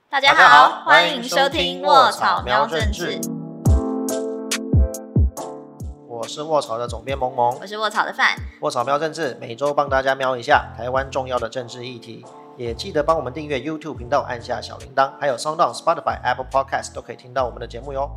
大家好，欢迎收听卧草喵政治。 我是卧草的总编萌萌， 我是卧草的范。 卧草喵政治每周帮大家瞄一下台湾重要的政治议题，也记得帮我们订阅 YouTube 频道，按下小铃铛，还有 SoundOn、Spotify、Apple Podcast 都可以听到我们的节目哟。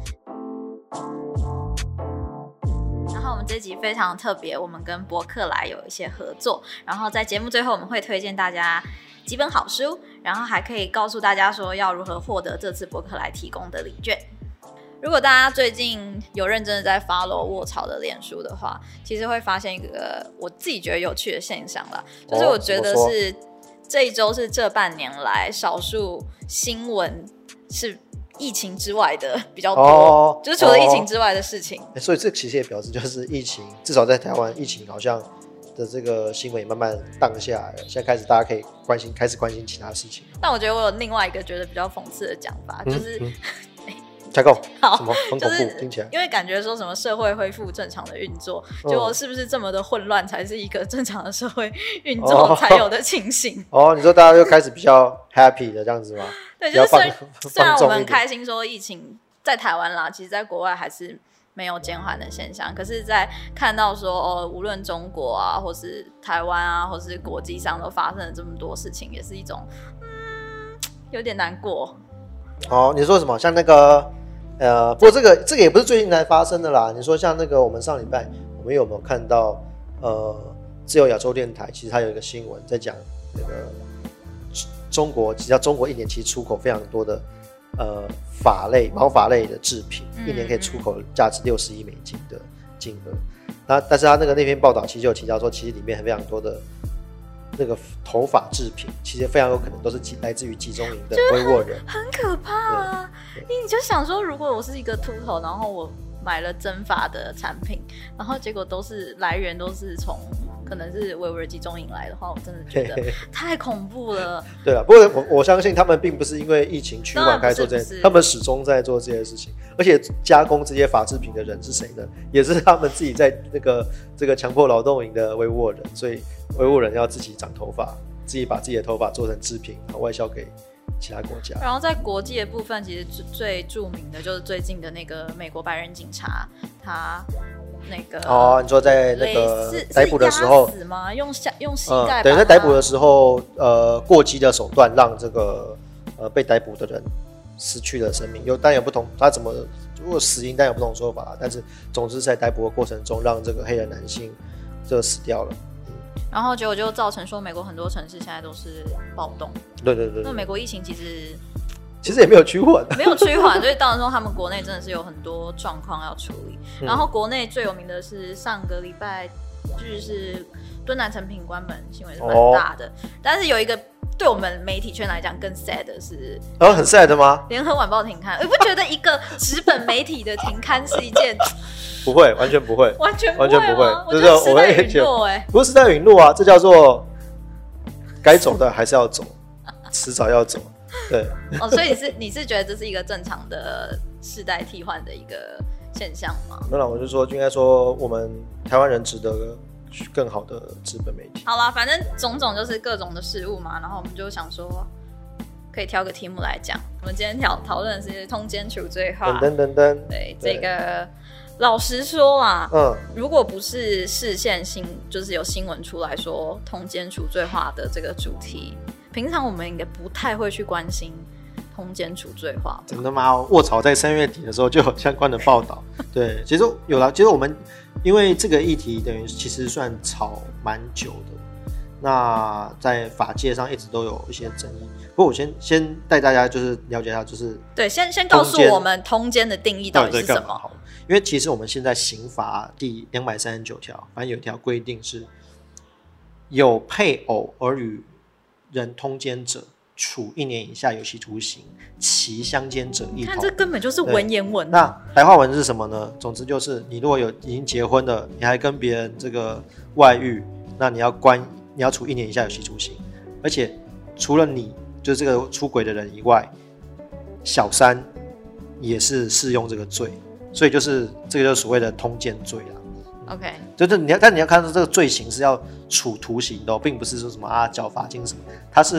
然后我们这集非常特别，我们跟博客来有一些合作，然后在节目最后我们会推荐大家几本好书，然后还可以告诉大家说要如何获得这次博客来提供的礼券。如果大家最近有认真的在 follow 卧草的脸书的话，其实会发现一个我自己觉得有趣的现象啦，就是我觉得是这一周是这半年来少数新闻是疫情之外的比较多，就是除了疫情之外的事情。 所以这其实也表示就是疫情，至少在台湾疫情好像的这个新闻也慢慢荡下来了，现在开始大家可以开始关心其他事情。 但我觉得我有另外一个觉得比较讽刺的讲法，就是开够什么很恐怖，听起来因为感觉说什么社会恢复正常的运作，结果是不是这么的混乱才是一个正常的社会运作才有的情形？ 你说大家就开始比较 happy 的这样子吗？ 对，就是虽然我们开心说疫情在台湾啦，其实在国外还是没有减缓的现象，可是在看到说无论中国啊，或是台湾啊，或是国际上都发生了这么多事情，也是一种有点难过。 你说什么？像那个不过这个也不是最近才发生的啦。你说像那个我们上礼拜我们有没有看到自由亚洲电台，其实它有一个新闻在讲那个中国一年其实出口非常多的毛发类的制品，一年可以出口价值60亿美金的金额。但是他那篇报道其实就有提到说，其实里面非常多的那个头发制品，其实非常有可能都是来自于集中营的维吾尔人， 很可怕啊！你就想说，如果我是一个秃头，然后我买了真发的产品，然后结果来源都是从可能是维吾尔集中营来的话，我真的觉得太恐怖了。 对啊，不过我相信他们并不是因为疫情趋缓开始做这件事，他们始终在做这些事情。而且加工这些发制品的人是谁呢？也是他们自己在这个强迫劳动营的维吾尔人，所以维吾尔人要自己长头发，自己把自己的头发做成制品，然后外销给其他国家。 然后在国际的部分，其实最著名的就是最近的那个美国白人警察，他那个你说在那个逮捕的时候死吗？用膝盖对，在逮捕的时候过激的手段让这个被逮捕的人失去了生命。当然有不同，他如果死因当然有不同说法，但是总之在逮捕的过程中让这个黑人男性死掉了。 然后结果就造成说美国很多城市现在都是暴动。 对。 那美国疫情其实也没有趋缓， 所以当然说他们国内真的是有很多状况要处理。然后国内最有名的是上个礼拜就是敦南成品关门新闻是蛮大的，但是有一个对我们媒体圈来讲更 sad 的是， 很 sad 吗？ 联合晚报停刊，你不觉得一个纸本媒体的停刊是一件不会，完全不会， 完全不会， 我觉得时代陨落不是时代陨落啊，这叫做该走的还是要走，迟早要走。对， 所以你是觉得这是一个正常的世代替换的一个现象吗？ 没有，我就说应该说我们台湾人值得更好的纸本媒体。 好啦，反正种种就是各种的事物嘛，然后我们就想说可以挑个题目来讲。我们今天讨论的是通奸除罪化。对，这个老实说啦，如果不是视线就是有新闻出来说通奸除罪化的这个主题，平常我们应该不太会去关心通奸除罪化。 真的吗？卧草在3月底的时候就有相关的报道。对，其实有啦。其实我们因为这个议题等于其实算吵蛮久的，那在法界上一直都有一些争议。不过我先带大家就是了解一下，就是对，先告诉我们通奸的定义到底是什么。 因为其实我们现在刑法第239条，反正有一条规定是，有配偶而与人通奸者，处1年以下有期徒刑，其相奸者一同。 看这根本就是文言文。 那白话文是什么呢？总之就是你如果已经结婚了，你还跟别人这个外遇，那你要处1年以下有期徒刑，而且除了你就是这个出轨的人以外，小三也是适用这个罪，所以就是这个就是所谓的通奸罪啦。 OK， 但你要看到这个罪行是要处徒刑的，并不是说什么缴罚金什么，它是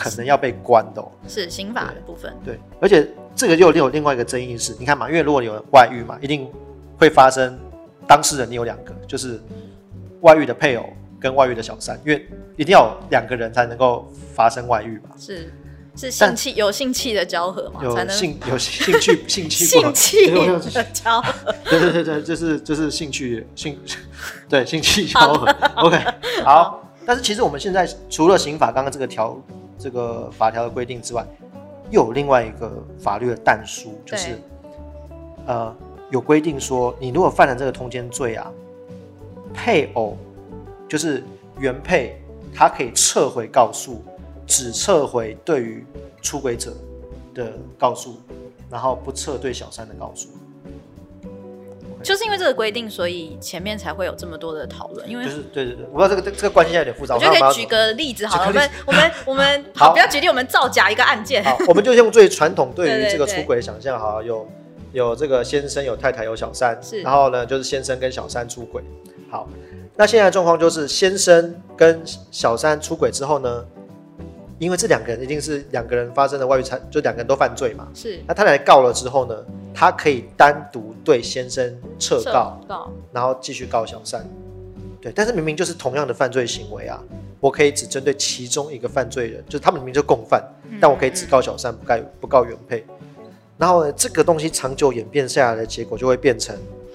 可能要被关的是刑法的部分。 对，而且这个又有另外一个争议是，你看嘛，因为如果有外遇嘛，一定会发生当事人你有2个，就是外遇的配偶跟外遇的小三，因为一定要有2个人才能够发生外遇嘛。 是有性器的交合嘛？ 有兴趣性器的交合。 对，就是兴趣交合。OK， 好。但是其实我们现在除了刑法刚刚这个法条的规定之外，又有另外一个法律的但书，就是有规定说，你如果犯了这个通奸罪啊，配偶就是原配，他可以撤回告诉，只撤回对于出轨者的告诉，然后不撤对小三的告诉。 就是因为这个规定，所以前面才会有这么多的讨论。因为就是对，我不知道这个关系有点复杂。 我觉得可以举个例子好了，我们好，不要举例，我们造假一个案件。 好，我们就用最传统对于这个出轨的想象，好，有这个先生有太太有小三，然后呢就是先生跟小三出轨。好，那现在的状况就是先生跟小三出轨之后呢，因为这2个人一定是2个人发生的外遇，就2个人都犯罪嘛。是。那太太告了之后呢，他可以单独对先生撤告，然后继续告小三。对，但是明明就是同样的犯罪行为啊，我可以只针对其中一个犯罪人，就是他们明明就共犯，但我可以只告小三，不告原配。然后呢，这个东西长久演变下来的结果就会变成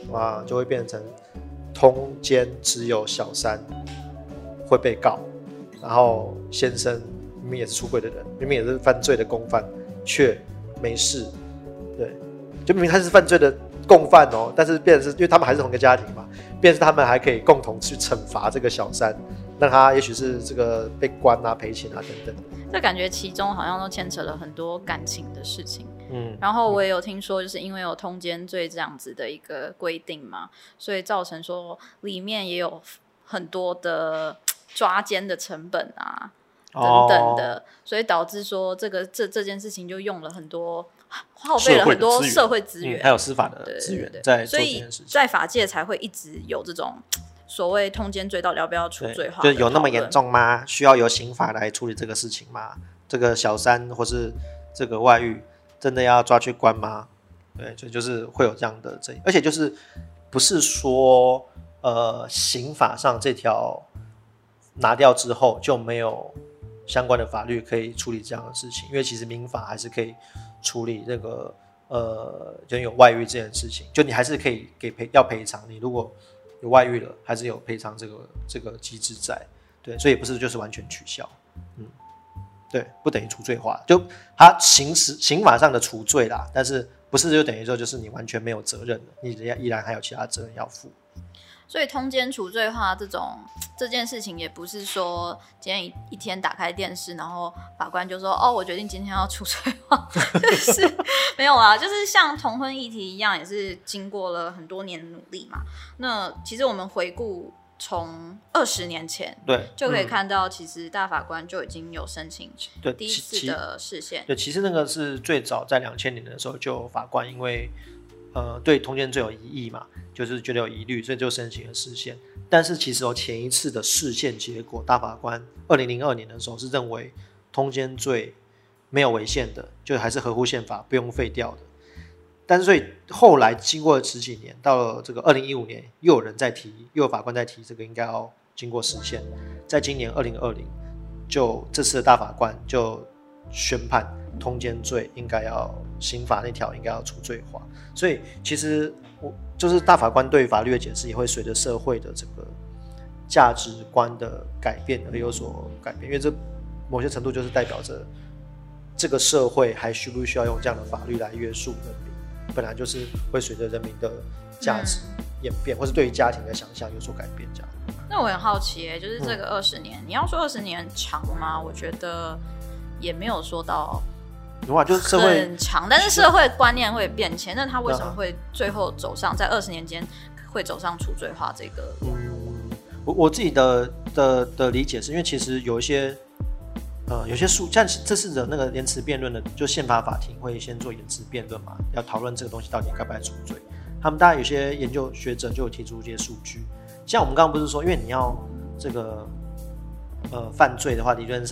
通奸只有小三会被告，然后先生明明也是出轨的人，明明也是犯罪的共犯，却没事。对。就明明他是犯罪的共犯但是变成是因为他们还是同一个家庭嘛，变成是他们还可以共同去惩罚这个小三，让他也许是这个被关啊、赔钱啊等等。 这感觉其中好像都牵扯了很多感情的事情。然后我也有听说，就是因为有通奸罪这样子的一个规定嘛，所以造成说里面也有很多的抓奸的成本啊等等的，所以导致说这件事情就用了很多。耗费了很多社会资源， 还有司法的资源在做这件事情， 所以在法界才会一直有这种所谓通奸罪到底要不要除罪化， 就有那么严重吗？需要由刑法来处理这个事情吗？这个小三或是这个外遇真的要抓去关吗？对，就是会有这样的争议，而且就是不是说刑法上这条拿掉之后就没有相关的法律可以处理这样的事情，因为其实民法还是可以处理那个人有外遇这件事情，就你还是可以要赔偿，你如果有外遇了，还是有赔偿这个机制在，对，所以不是就是完全取消，对，不等于除罪化，就它刑法上的除罪啦，但是不是就等于说就是你完全没有责任了，你依然还有其他责任要负。 所以通奸除罪化这件事情，也不是说今天一天打开电视，然后法官就说我决定今天要除罪化，就是没有啊，就是像同婚议题一样，也是经过了很多年的努力嘛。那其实我们回顾从20年前，对，就可以看到，其实大法官就已经有申请第一次的释宪。对， 其实那个是最早在2000年的时候，就有法官因为对通奸罪有疑义嘛，就是觉得有疑虑，所以就申请了释宪。但是其实前一次的释宪结果，大法官2002年的时候是认为通奸罪没有违宪的，就还是合乎宪法，不用废掉的。但是所以后来经过了10几年，到了这个2015年，又有法官在提这个应该要经过释宪。在今年2020，就这次的大法官就宣判通奸罪应该要刑法那条应该要除罪化。所以其实就是大法官对法律的解释也会随着社会的这个价值观的改变而有所改变，因为这某些程度就是代表着这个社会还需不需要用这样的法律来约束人民，本来就是会随着人民的价值演变，或是对于家庭的想象有所改变这样。 那我很好奇就是这个20年，你要说20年长吗？我觉得也没有说到就是社会很长，但是社会观念会变迁。那他为什么会最后走上在20年间会走上除罪化这个路？ 我自己的理解是因为其实有一些像这次的那个言辞辩论的，就宪法法庭会先做言辞辩论嘛，要讨论这个东西到底该不该除罪。他们大概有些研究学者就有提出这些数据，像我们刚刚不是说，因为你要这个犯罪的话，理论上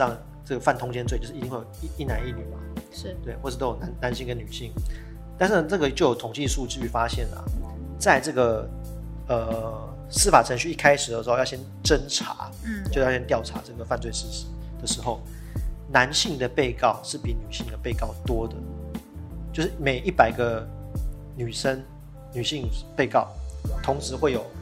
这个犯通奸罪，就是一定会有一男一女嘛， 是对，或是都有男性跟女性。但是呢，这个就有统计数据发现啊，在这个司法程序一开始的时候，要先侦查，就要先调查这个犯罪事实的时候，男性的被告是比女性的被告多的，就是每100个女性被告，同时会有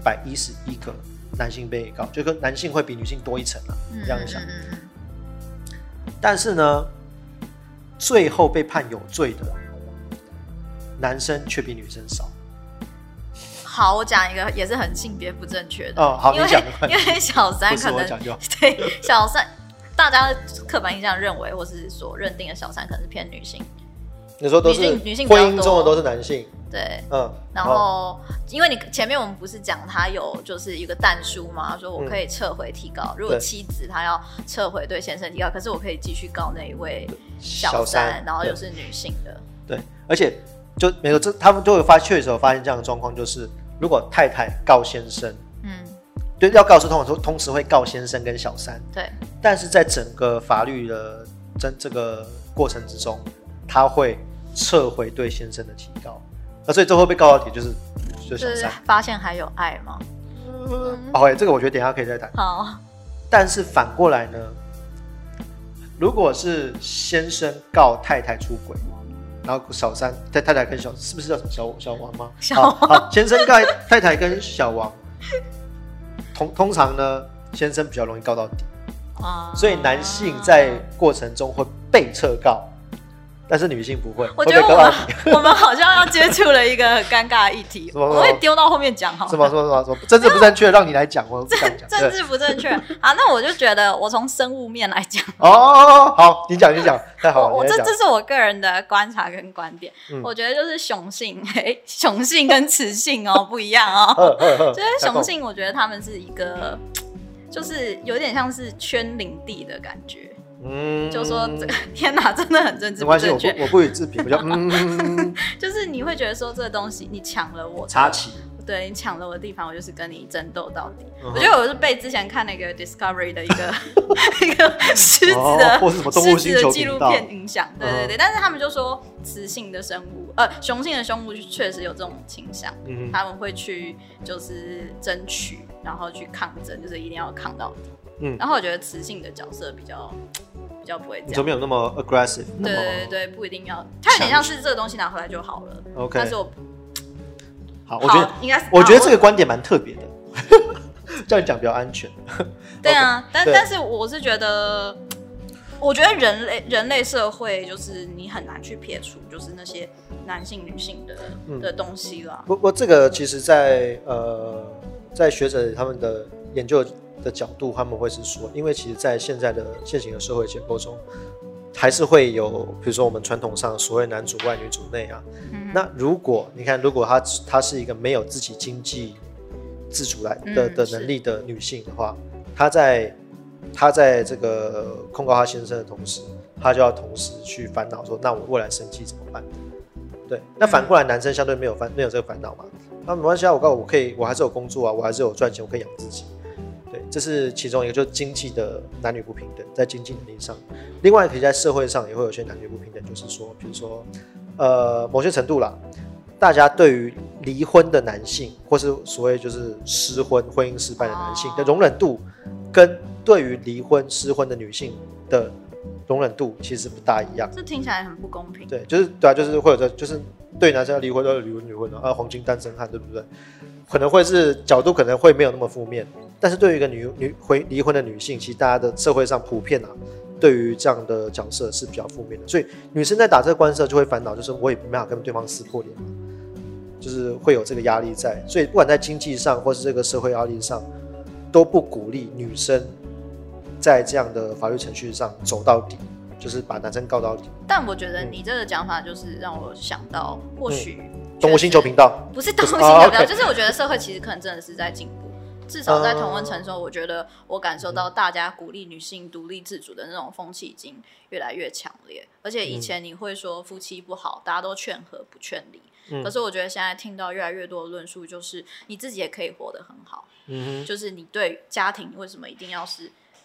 111个男性被告，就跟男性会比女性多1层啊，这样想。但是呢，最后被判有罪的男生却比女生少。 好，我讲一个也是很性别不正确的哦，好，你讲。 因为小三可能对小三，大家刻板印象认为或是所认定的小三可能是偏女性。 你说都是女性婚姻中的都是男性， 对，然后因为你前面我们不是讲他有就是一个但书嘛，说我可以撤回提告，如果妻子她要撤回对先生提告，可是我可以继续告那一位小三，然后又是女性的， 对，而且就没有他们就确实有发现这样的状况，就是如果太太告先生，对，要告诉同时会告先生跟小三， 对， 但是在整个法律的这个过程之中，他会撤回对先生的提告，所以最后被告到底就是小三。 发现还有爱吗？ 这个我觉得等一下可以再谈。 好， 但是反过来呢，如果是先生告太太出轨，然后小三太太跟是不是叫小王吗？ 小王， 好，先生告太太跟小王，通常呢，先生比较容易告到底，所以男性在过程中会被撤告。但是女性不会， 我觉得我们好像要接触了一个很尴尬的议题，我会丢到后面讲好了。 什么？政治不正确，让你来讲，我不敢讲。 政治不正确啊，那我就觉得我从生物面来讲。 好，你讲，太好了。 这是我个人的观察跟观点，我觉得就是雄性跟雌性不一样哦。就是雄性，我觉得他们是一个，就是有点像是圈领地的感觉。就说这个天哪，真的很政治不正确。 我不予置评，我就就是你会觉得说这个东西你抢了我插旗， 对，你抢了我的地方，我就是跟你争斗到底。我觉得我是被之前看那个 Discovery 的一个狮子的或是什么动物星球纪录片影响，对。但是他们就说雌性的生物，雄性的生物确实有这种倾向，他们会去就是争取，然后去抗争，就是一定要抗到底。然后我觉得雌性的角色比较不会这样， 你说没有那么 aggressive， 对，不一定要，它有点像是这个东西拿回来就好了。 OK， 但是好，我觉得应该是， 我觉得这个观点蛮特别的，这样讲比较安全。 对啊，但是我是觉得，我觉得人类社会就是你很难去撇除就是那些男性女性的东西啦。 不过这个其实在学者他们的研究的角度，他们会是说，因为其实在现在的现行的社会结构中，还是会有比如说我们传统上所谓男主外女主内啊。那如果她是一个没有自己经济自主的能力的女性的话，她在这个控告她先生的同时，她就要同时去烦恼说，那我未来生计怎么办？对，那反过来男生相对没有这个烦恼嘛，那没关系啊，我还是有工作啊，我还是有赚钱，我可以养自己。对，这是其中一个，就是经济的男女不平等，在经济能力上。另外，可以在社会上也会有些男女不平等，就是说，比如说，某些程度啦，大家对于离婚的男性，或是所谓就是婚姻失败的男性的容忍度，跟对于离婚失婚的女性的容忍度其实不大一样。 这听起来很不公平。 对，就是会有这，就是对男生要离婚都是离婚的黄金单身汉，对不对？可能会是角度可能会没有那么负面，但是对于一个离婚的女性，其实大家的社会上普遍对于这样的角色是比较负面的，所以女生在打这个官司就会烦恼，就是我也没办法跟对方撕破脸，就是会有这个压力在，所以不管在经济上或是这个社会压力上，都不鼓励女生在这样的法律程序上走到底，就是把男生告到底。 但我觉得你这个讲法就是让我想到，或许动物星球频道不是动物星球频道，就是我觉得社会其实可能真的是在进步。至少在同温层中，我觉得我感受到大家鼓励女性独立自主的那种风气已经越来越强烈。而且以前你会说夫妻不好，大家都劝和不劝离。可是我觉得现在听到越来越多的论述，就是你自己也可以活得很好。就是你对家庭为什么一定要是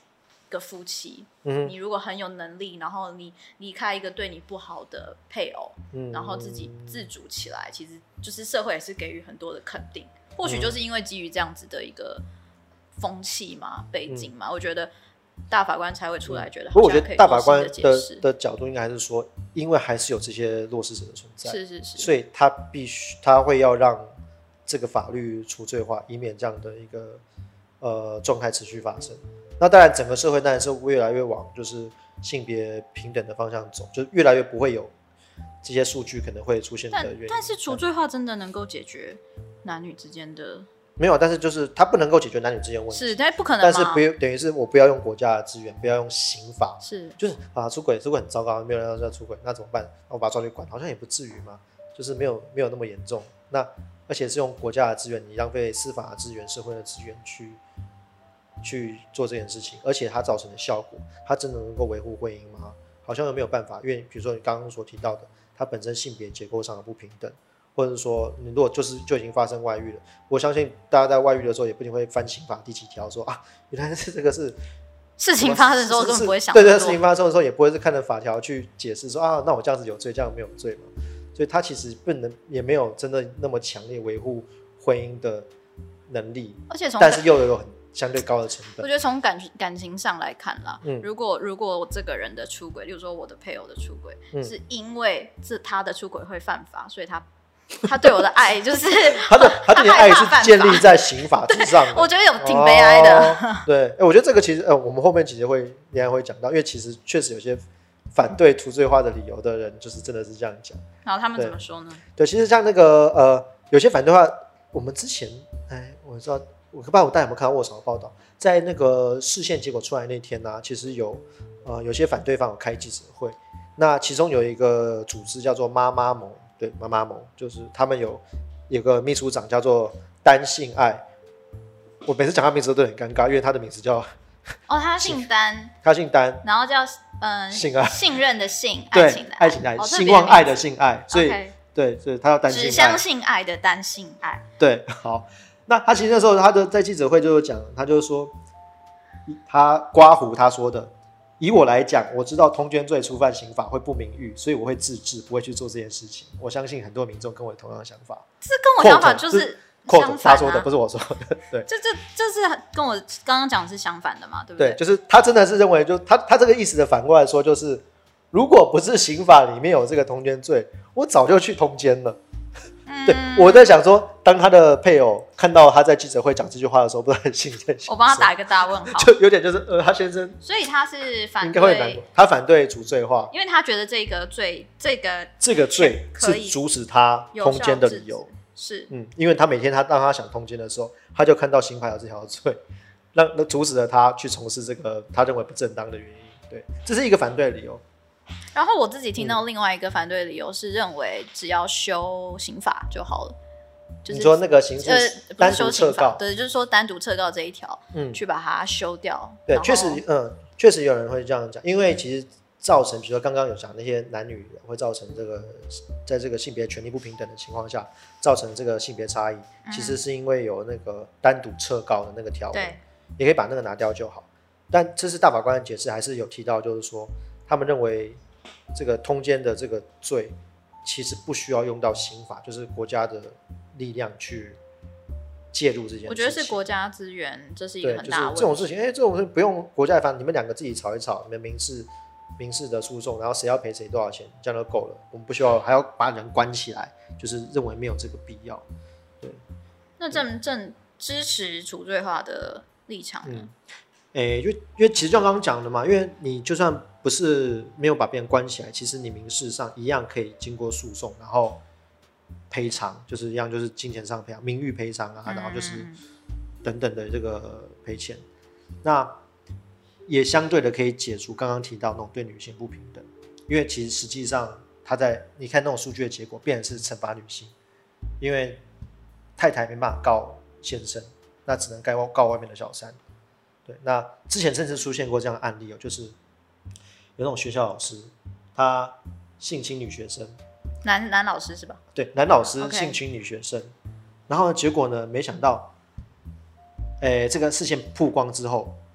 个夫妻，你如果很有能力，然后你离开一个对你不好的配偶，然后自己自主起来，其实就是社会也是给予很多的肯定。或许就是因为基于这样子的一个风气嘛、背景嘛，我觉得大法官才会出来觉得好像可以做新的解释。 不过我觉得大法官的角度应该还是说，因为还是有这些弱势者的存在， 是， 所以他会要让这个法律除罪化，以免这样的一个状态持续发生。那当然，整个社会当然是越来越往就是性别平等的方向走，就越来越不会有这些数据可能会出现的原因。 但是除罪化真的能够解决男女之间的？ 没有，但是就是它不能够解决男女之间问题， 是，但不可能嘛。 但是等于是我不要用国家的资源，不要用刑法， 是， 就是出轨很糟糕，没有人要出轨，那怎么办？我把他抓去管，好像也不至于嘛，就是没有那么严重。那而且是用国家的资源，你浪费司法的资源、社会的资源去做这件事情，而且它造成的效果，它真的能够维护婚姻吗？好像又没有办法，因为比如说你刚刚所提到的，它本身性别结构上的不平等，或者是说你如果就已经发生外遇了，我相信大家在外遇的时候也不一定会翻刑法第几条说啊，原来这个是事情发生的时候根本不会想那么多， 对，事情发生的时候也不会是看着法条去解释说啊，那我这样子有罪，这样没有罪嘛？所以他其实也没有真的那么强烈维护婚姻的能力， 而且但是又有很相对高的成本。 我觉得从感情上来看啦，如果我这个人的出轨，例如说我的配偶的出轨，是因为他的出轨会犯法，所以他对我的爱就是他对你的爱是建立在刑法之上的。 我觉得有挺悲哀的。 对，我觉得这个其实我们后面其实应该会讲到，因为其实确实有些反对除罪化的理由的人，就是真的是这样讲。 然后他们怎么说呢？ 对，其实像那个有些反对化，我们之前我知道，我不知道大家有没有看到卧槽的报道，在那个释宪结果出来那天呢，其实有些反对方有开记者会，那其中有一个组织叫做妈妈盟。对，妈妈盟就是他们有个秘书长叫做单性爱，我每次讲他名字都很尴尬，因为他的名字叫他姓单， 他姓单， 然后叫性爱， 信任的信， 对， 爱情的爱，兴旺爱的性爱，所以对，所以他叫单性爱， 只相信爱的单性爱。 对，好，那他其实那时候他在记者会就讲，他就是说他刮胡他说的。以我来讲，我知道通奸罪触犯刑法会不名誉，所以我会自制，不会去做这件事情。我相信很多民众跟我有同样的想法。 这跟我想法就是相反他说的，不是我说的。对， 这是跟我刚刚讲的是相反的嘛，对不对？ 对，就是他真的是认为，就他这个意思的反过来说，就是如果不是刑法里面有这个通奸罪，我早就去通奸了。对，我在想说，当他的配偶看到他在记者会讲这句话的时候，不知道心里在想， 我帮他打一个大问号， 就有点就是他先生， 所以他是反对， 应该会难过，他反对除罪化， 因为他觉得这个罪是阻止他通奸的理由， 是， 因为他每天当他想通奸的时候，他就看到刑法有这条罪，那阻止了他去从事这个他认为不正当的原因，对，这是一个反对的理由。 然后我自己听到另外一个反对的理由是认为只要修刑法就好了，就是你说那个刑事单独撤告， 对，就是说单独撤告这一条，去把它修掉。 对，确实有人会这样讲，因为其实造成，比如说刚刚有讲那些男女会造成这个在这个性别权利不平等的情况下，造成这个性别差异，其实是因为有那个单独撤告的那个条文，也可以把那个拿掉就好。但这是大法官的解释，还是有提到，就是说他们认为这个通奸的这个罪其实不需要用到刑法，就是国家的力量去介入这件事情。 我觉得是国家资源，这是一个很大的问题。 就是这种事情，这种事情不用国家方，你们两个自己吵一吵，你们民事的诉讼，然后谁要赔谁多少钱，这样就够了。我们不需要还要把人关起来，就是认为没有这个必要。对， 那正支持除罪化的立场呢？ 因为其实就刚刚讲的嘛，因为你就算不是没有把别人关起来，其实你民事上一样可以经过诉讼，然后赔偿，就是一样就是金钱上赔偿、名誉赔偿啊，然后就是等等的这个赔钱。那也相对的可以解除刚刚提到那种对女性不平等，因为其实实际上你看那种数据的结果，变成是惩罚女性，因为太太没办法告先生，那只能告外面的小三。对，那之前甚至出现过这样的案例就是有那种学校老师，他性侵女学生， 男老师是吧？ 对，男老师性侵女学生，然后结果呢，没想到，这个事件曝光之后，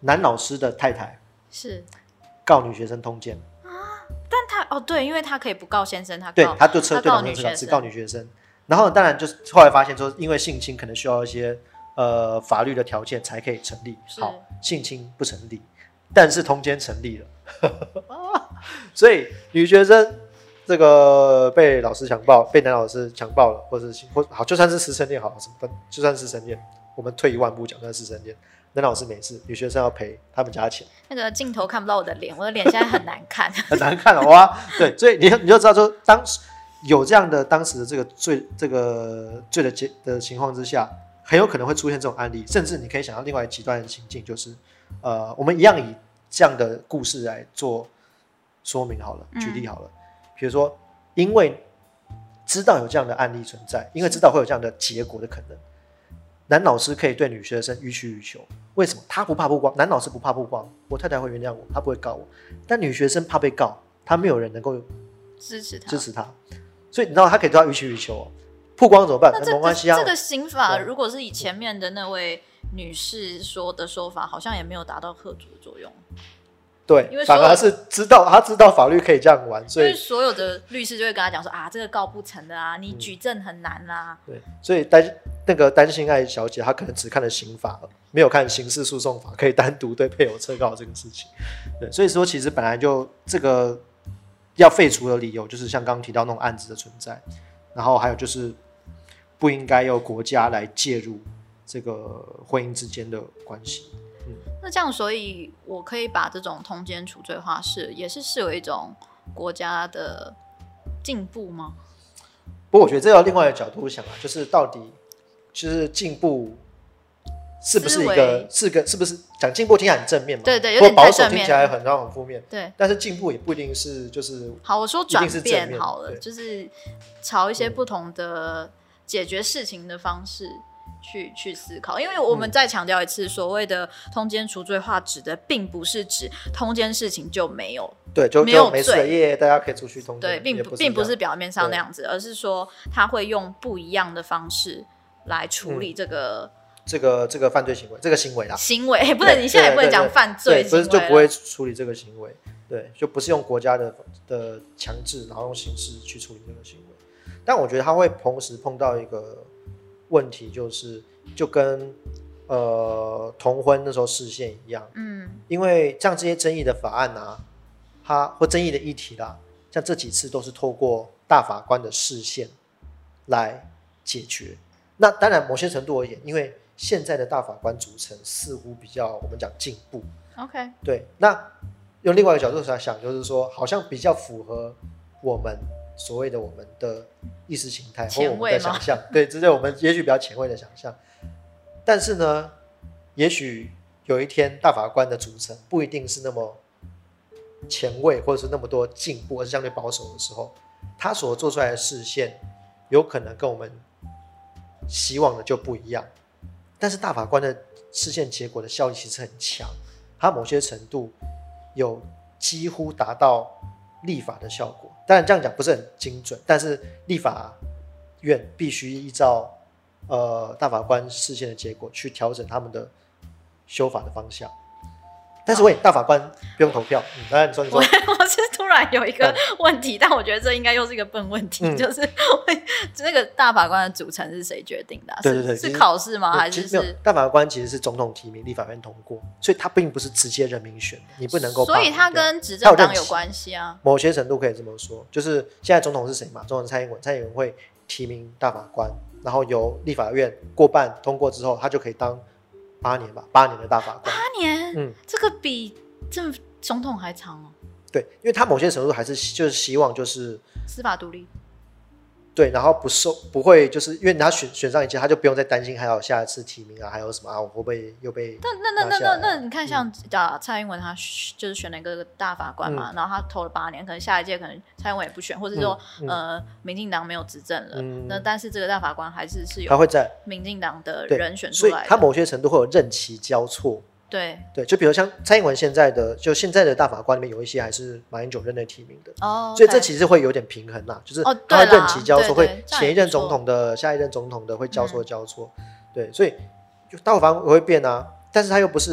男老师的太太是告女学生通奸， 但他对，因为他可以不告先生，他就对告女学生只告女学生。然后当然就是后来发现说，因为性侵可能需要一些法律的条件才可以成立。好，性侵不成立，但是通奸成立了。所以女学生这个被老师强暴，被男老师强暴了，或好就算是师生恋好了，就算是师生恋，我们退一万步讲，算是师生恋。男老师没事，女学生要赔他们家钱。 那个镜头看不到我的脸，我的脸现在很难看， 很难看了哇！对，所以你就知道说，当时有这样的当时的这个罪的情况之下，很有可能会出现这种案例，甚至你可以想象另外极端的情境，就是我们一样以这样的故事来做说明好了，举例好了，比如说，因为知道有这样的案例存在，因为知道会有这样的结果的可能，男老师可以对女学生予取予求。为什么？他不怕曝光，男老师不怕曝光，我太太会原谅我，他不会告我。但女学生怕被告，他没有人能够支持他， 所以你知道他可以对他予取予求。曝光怎么办？ 那没关系啊。 这个刑法如果是以前面的那位女士说法，好像也没有达到吓阻的作用。 对，反而是他知道法律可以这样玩，所以因为所有的律师就会跟他讲说这个告不成的啊，你举证很难啊。 对，所以那个单亲爱小姐，她可能只看了刑法，没有看刑事诉讼法，可以单独对配偶撤告这个事情。对，所以说其实本来就这个要废除的理由，就是像刚刚提到那种案子的存在，然后还有就是不应该由国家来介入这个婚姻之间的关系。 那这样，所以我可以把这种通奸除罪化也是视为一种国家的进步吗？ 不过我觉得这要另外一个角度想就是到底就是进步是不是是不是讲进步听起来很正面嘛？ 对，有点太正面， 保守听起来很负面。 对， 但是进步也不一定是就是好，我说转变好了，就是朝一些不同的解决事情的方式去思考，因为我们再强调一次，所谓的通奸除罪化指的并不是指通奸事情就没有就没事了耶，大家可以出去通奸， 对，并不是表面上那样子，而是说他会用不一样的方式来处理这个犯罪行为，这个行为啦， 行为不能，你现在也不能讲犯罪行为， 就不会处理这个行为，对，就不是用国家的强制，然后用刑事去处理这个行为。但我觉得他会同时碰到一个问题，就跟同婚那时候释宪一样，因为像这些争议的法案或争议的议题啦，像这几次都是透过大法官的释宪来解决。那当然某些程度而言，因为现在的大法官组成似乎比较我们讲进步 ，OK， 对，那用另外一个角度来想，就是说好像比较符合我们所谓的我们的意识形态或我们的想象，对，这是我们也许比较前卫的想象。但是呢，也许有一天大法官的组成不一定是那么前卫，或者是那么多进步，而是相对保守的时候，他所做出来的释宪有可能跟我们希望的就不一样。但是大法官的释宪结果的效力其实很强，它某些程度有几乎达到立法的效果。当然这样讲不是很精准，但是立法院必须依照大法官释宪的结果去调整他们的修法的方向。但是大法官不用投票。当然你说我是突然有一个问题，但我觉得这应该又是一个笨问题，就是那个大法官的组成是谁决定的？ 对， 是考试吗？还是大法官其实是总统提名，立法院通过，所以他并不是直接人民选的，你不能够。 所以他跟执政党有关系啊。 某些程度可以这么说，就是现在总统是谁嘛？总统蔡英文，蔡英文会提名大法官，然后由立法院过半通过之后，他就可以当8年的大法官。 8年，这个比总统还长哦。 对，因为他某些程度还是就是希望就是司法独立。 对，然后不会就是因为他选上一届，他就不用再担心还有下一次提名还有什么我会不会又被那你看像蔡英文他就是选了一个大法官嘛，然后他投了8年，可能下一届可能蔡英文也不选，或者说民进党没有执政了，那但是这个大法官还是有他会在民进党的人选出来的， 所以他某些程度会有任期交错。 对， 就比如像蔡英文现在的大法官里面有一些还是马英九任内提名的， 所以这其实会有点平衡啦，就是他任期交错，会前一任总统的下一任总统的会交错，对，所以大法官会变啊，但是他又不是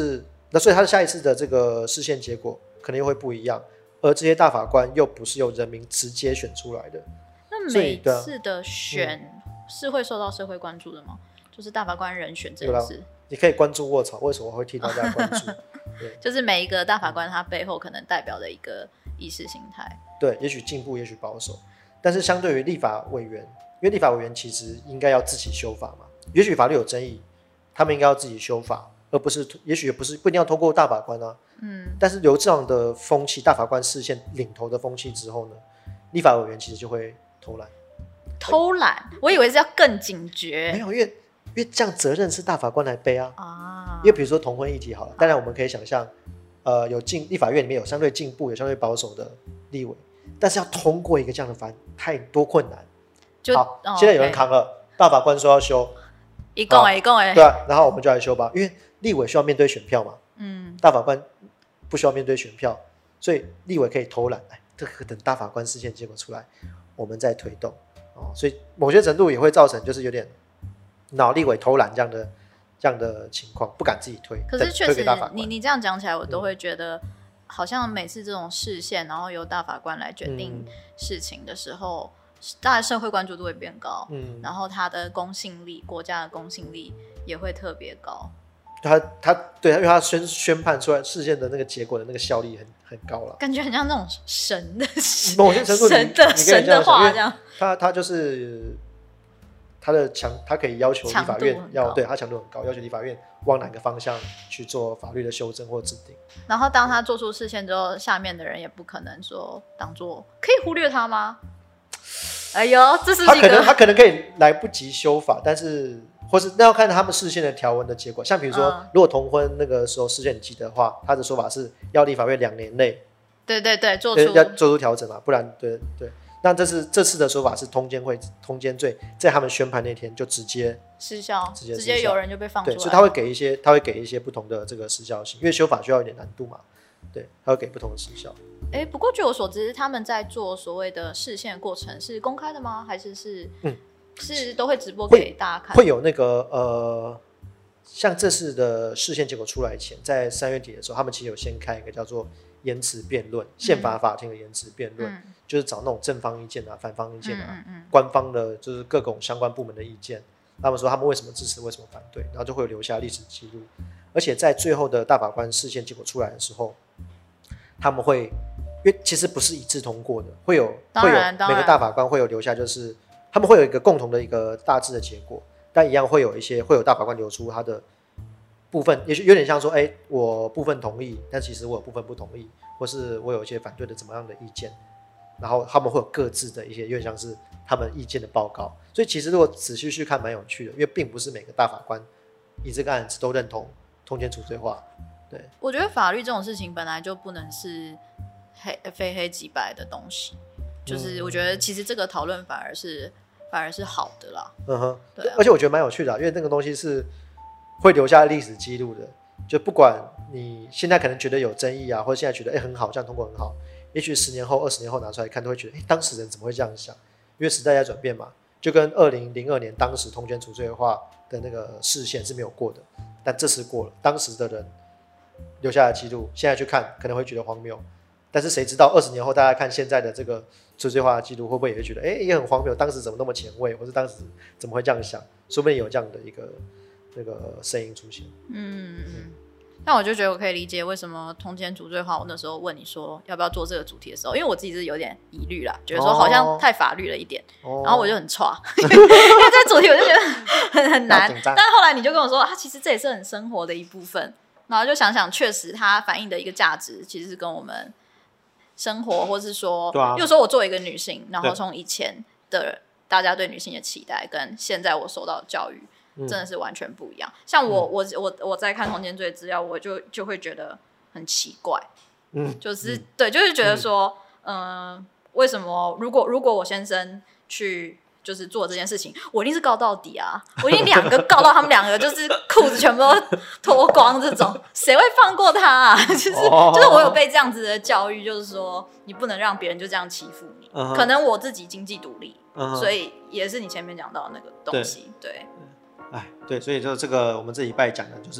那所以他的下一次的这个释宪结果可能又会不一样，而这些大法官又不是由人民直接选出来的。 那每次的选是会受到社会关注的吗？就是大法官人选这件事， 你可以关注卧槽，为什么会替大家关注？对， 就是每一个大法官他背后可能代表的一个意识形态。 对，也许进步，也许保守，但是相对于立法委员，因为立法委员其实应该要自己修法嘛，也许法律有争议，他们应该要自己修法，而不是，也许不一定要通过大法官啊。但是有这样的风气，大法官视线领头的风气之后呢，立法委员其实就会偷懒。 偷懒？我以为是要更警觉。 没有，因为这样责任是大法官来背啊。因为比如说同婚议题好了，当然我们可以想象，立法院里面有相对进步、有相对保守的立委，但是要通过一个这样的法案，太多困难。好，现在有人扛了，大法官说要修， 一共对啊，然后我们就来修吧，因为立委需要面对选票嘛，大法官不需要面对选票，所以立委可以偷懒，这个等大法官释宪结果出来，我们再推动。所以某些程度也会造成就是有点脑立委偷懒这样的情况，不敢自己推。 可是确实你这样讲起来，我都会觉得好像每次这种释宪然后由大法官来决定事情的时候，当然社会关注度会变高，然后他的公信力，国家的公信力也会特别高。对，因为他宣判出来事件的那个结果的那个效力很高了，感觉很像那种神的某些程度神的话这样。 他就是他可以要求立法院对他强度很高，要求立法院往哪个方向去做法律的修正或制定。 然后当他做出释宪之后，下面的人也不可能说当作可以忽略他吗？哎呦，这是一个他可能可以来不及修法，但是或是那要看他们释宪的条文的结果。像比如说，如果同婚那个时候释宪你记得的话，他的说法是要立法院2年内， 对要做出调整嘛，不然对。那这次的说法是通奸罪在他们宣判那天就直接失效，直接有人就被放出来， 对，所以他会给一些不同的这个时效性，因为修法需要一点难度嘛，对，他会给不同的时效。 不过据我所知，他们在做所谓的释宪过程是公开的吗？还是是都会直播给大家看？ 会有那个像这次的释宪结果出来前，在3月底的时候，他们其实有先开一个叫做言词辩论，宪法法庭的言词辩论，就是找那种正方意见啊、反方意见啊，官方的就是各种相关部门的意见，他们说他们为什么支持，为什么反对，然后就会留下历史记录。而且在最后的大法官释宪结果出来的时候，他们会，因为其实不是一致通过的，会有每个大法官会有留下，就是他们会有一个共同的一个大致的结果，但一样会有大法官留出他的部分，也许有点像说，我部分同意，但其实我有部分不同意，或是我有一些反对的怎么样的意见，然后他们会有各自的一些有点像是他们意见的报告。所以其实如果仔细去看蛮有趣的，因为并不是每个大法官以这个案子都认同通奸除罪化。对， 我觉得法律这种事情本来就不能是非黑即白的东西，就是我觉得其实这个讨论反而是好的啦。对啊， 而且我觉得蛮有趣的，因为那个东西是会留下历史记录的，就不管你现在可能觉得有争议啊，或者现在觉得很好，这样通过很好，也许10年后、20年后拿出来看，都会觉得当时人怎么会这样想？因为时代在转变嘛，就跟2002年当时通奸除罪化的那个释宪是没有过的，但这次过了，当时的人留下的记录，现在去看可能会觉得荒谬，但是谁知道20年后大家看现在的这个除罪化的记录，会不会也会觉得也很荒谬？当时怎么那么前卫，或是当时怎么会这样想？说不定有这样的一个那个声音出现。 但我就觉得我可以理解为什么通奸除罪化，我那时候问你说要不要做这个主题的时候，因为我自己是有点疑虑啦，觉得说好像太法律了一点，然后我就很挫，因为这个主题我就觉得很难。但是后来你就跟我说，其实这也是很生活的一部分，然后就想想，确实它反映的一个价值，其实是跟我们生活，或是说，比如说我作为一个女性，然后从以前的大家对女性的期待，跟现在我受到的教育。真的是完全不一样。像我在看通奸罪资料，我就会觉得很奇怪，就是对，就是觉得说，为什么如果我先生去就是做这件事情，我一定是告到底啊，我一定2个告到他们2个就是裤子全部都脱光，这种谁会放过他啊？就是我有被这样子的教育，就是说你不能让别人就这样欺负你。可能我自己经济独立，所以也是你前面讲到的那个东西，对。 对，所以就这个我们这礼拜讲的就是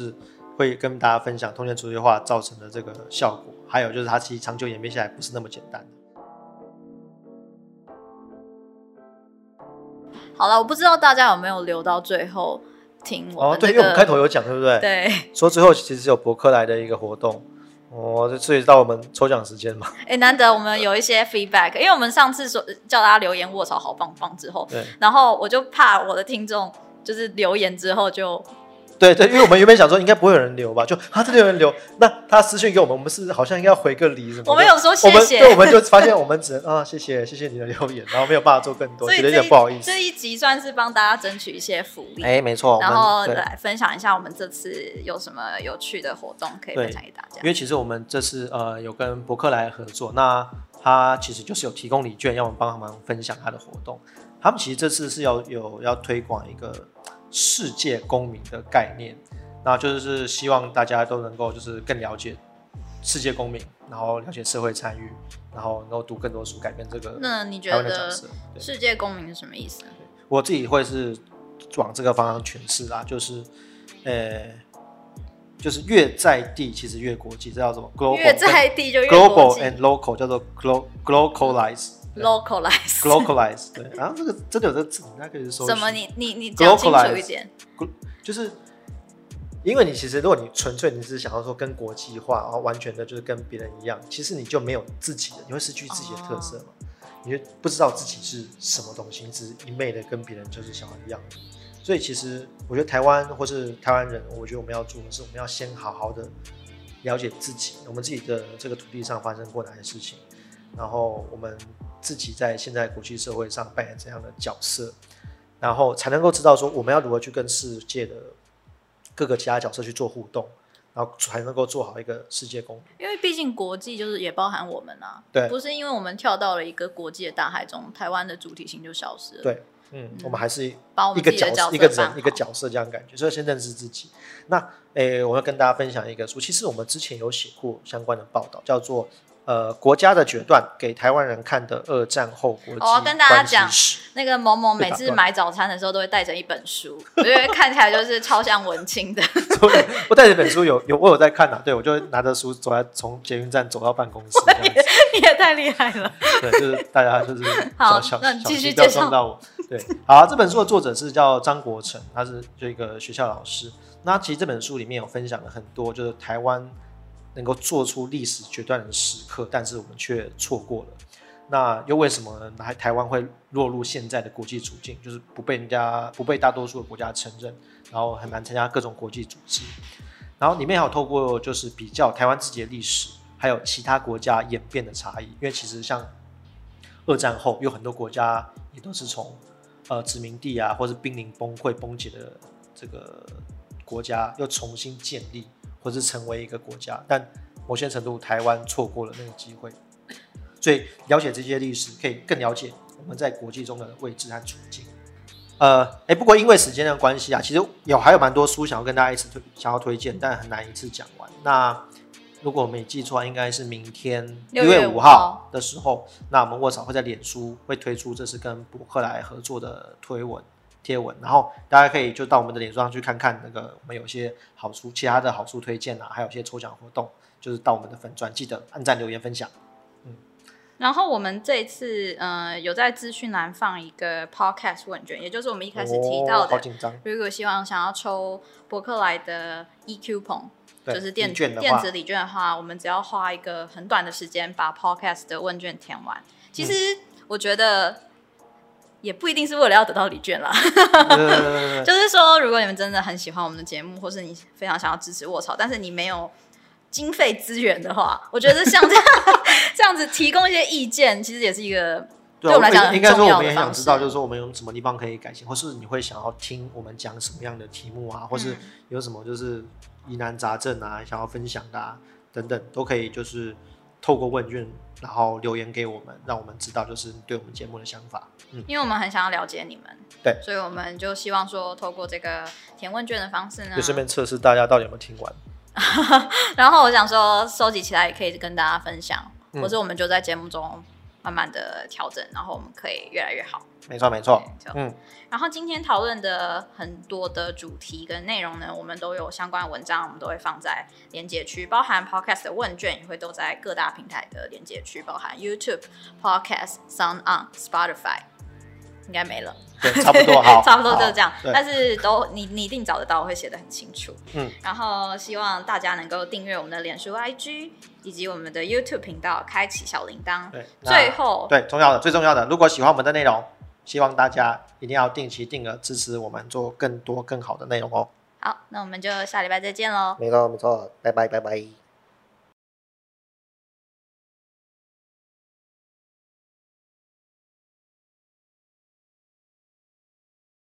会跟大家分享通奸除罪化造成的这个效果，还有就是它其实长久演变下来不是那么简单。 好了，我不知道大家有没有留到最后听我们、 对，因为我们开头有讲，对不对？ 对， 说最后其实有博客来的一个活动。所以到我们抽奖时间嘛。 难得我们有一些 feedback， 因为我们上次说叫大家留言卧槽好棒棒之后， 对， 然后我就怕我的听众就是留言之后就。 对，因为我们原本想说应该不会有人留吧，就真的有人留，那他私讯给我们，我们是好像应该要回个礼什么的。 我们有说谢谢， 我们就发现我们只能谢谢你的留言，然后没有办法做更多，觉得有点不好意思。 这一集算是帮大家争取一些福利， 没错。 然后来分享一下我们这次有什么有趣的活动可以分享给大家。 因为其实我们这次有跟博客来合作，那他其实就是有提供礼券，要我们帮他们分享他的活动。他们其实这次是要推广一个世界公民的概念。那就是希望大家都能够就是更了解世界公民，然后了解社会参与，然后能够读更多书，改变这个那你觉得世界公民是什么意思？ 我自己会是往这个方向诠释啦，就是越在地其实越国际，这叫什么 global？ 越在地就越国际 global and local 叫做 globalize。对，然后这个真的有这个字，大家可以搜。 什么？你讲清楚一点。 就是。因为你其实如果你纯粹你只是想要说跟国际化，然后完全的就是跟别人一样，其实你就没有自己的，你会失去自己的特色嘛，你就不知道自己是什么东西，你只是一昧的跟别人就是想要一样的。所以其实我觉得台湾或是台湾人，我觉得我们要做的是，我们要先好好的了解自己，我们自己的这个土地上发生过哪些事情，然后我们自己在现在国际社会上扮演怎样的角色，然后才能够知道说我们要如何去跟世界的各个其他角色去做互动，然后才能够做好一个世界公民。 因为毕竟国际就是也包含我们啊， 对， 不是因为我们跳到了一个国际的大海中，台湾的主体性就消失了。 对，我们还是一个角色、 一个人、一个角色这样感觉，所以先认识自己。那我要跟大家分享一个书，其实我们之前有写过相关的报道，叫做国家的决断，给台湾人看的2战后国际关系史。 我要跟大家讲，那个某某每次买早餐的时候都会带着一本书，我觉得看起来就是超像文青的。 我带着本书我有在看啊，对，我就拿着书从捷运站走到办公室。 你也太厉害了。 对，就是大家就是好，那继续介绍到我。对，好，这本书的作者是叫张国成，他是就一个学校老师。那其实这本书里面有分享了很多，就是台湾能够做出历史决断的时刻，但是我们却错过了。那又为什么呢？台湾会落入现在的国际处境，就是不被大多数的国家承认，然后很难参加各种国际组织。然后里面还有透过就是比较台湾自己的历史，还有其他国家演变的差异。因为其实像2战后，有很多国家也都是从殖民地啊，或是濒临崩溃崩解的这个国家，又重新建立，或是成为一个国家。但某些程度，台湾错过了那个机会。所以了解这些历史，可以更了解我们在国际中的位置和处境。不过因为时间的关系啊，其实还有蛮多书想要跟大家想要推荐，但很难一次讲完。那如果我没记错，应该是明天6月5号的时候，那我们卧槽会在脸书会推出这是跟博客来合作的贴文，然后大家可以就到我们的脸书上去看看那个我们有些好书，其他的好书推荐啊，还有一些抽奖活动，就是到我们的粉专记得按赞留言分享。 然后我们这一次有在资讯栏放一个 podcast 问卷，也就是我们一开始提到的， 好紧张。 如果想要抽博客来的 ECoupon， 就是电子礼券的话，我们只要花一个很短的时间把 podcast 的问卷填完。其实我觉得也不一定是为了要得到礼券啦，就是说如果你们真的很喜欢我们的节目，或是你非常想要支持卧槽，但是你没有经费资源的话，我觉得像这样子提供一些意见，其实也是一个对我们来讲很重要的方式。应该说我们也想知道，就是说我们有什么地方可以改进，或是你会想要听我们讲什么样的题目啊，或是有什么就是疑难杂症啊，想要分享的啊等等，都可以就是透过问卷然后留言给我们，让我们知道就是对我们节目的想法。 因为我们很想要了解你们， 对， 所以我们就希望说透过这个填问卷的方式呢， 就顺便测试大家到底有没有听完。 然后我想说收集起来也可以跟大家分享，或者我们就在节目中慢慢的调整，然后我们可以越来越好。 没错没错， 然后今天讨论的很多的主题跟内容呢，我们都有相关文章，我们都会放在连结区，包含 Podcast 的问卷也会都在各大平台的连结区，包含 YouTube、Podcast、SoundOn、Spotify， 应该没了。 对，差不多好， 差不多就是这样。但是你一定找得到，我会写得很清楚。然后希望大家能够订阅我们的脸书 IG 以及我们的 YouTube 频道，开启小铃铛。 对， 最后最重要的，如果喜欢我们的内容，希望大家一定要定期定额支持我们做更多更好的内容哦。 好，那我们就下礼拜再见喽。 没错，拜拜。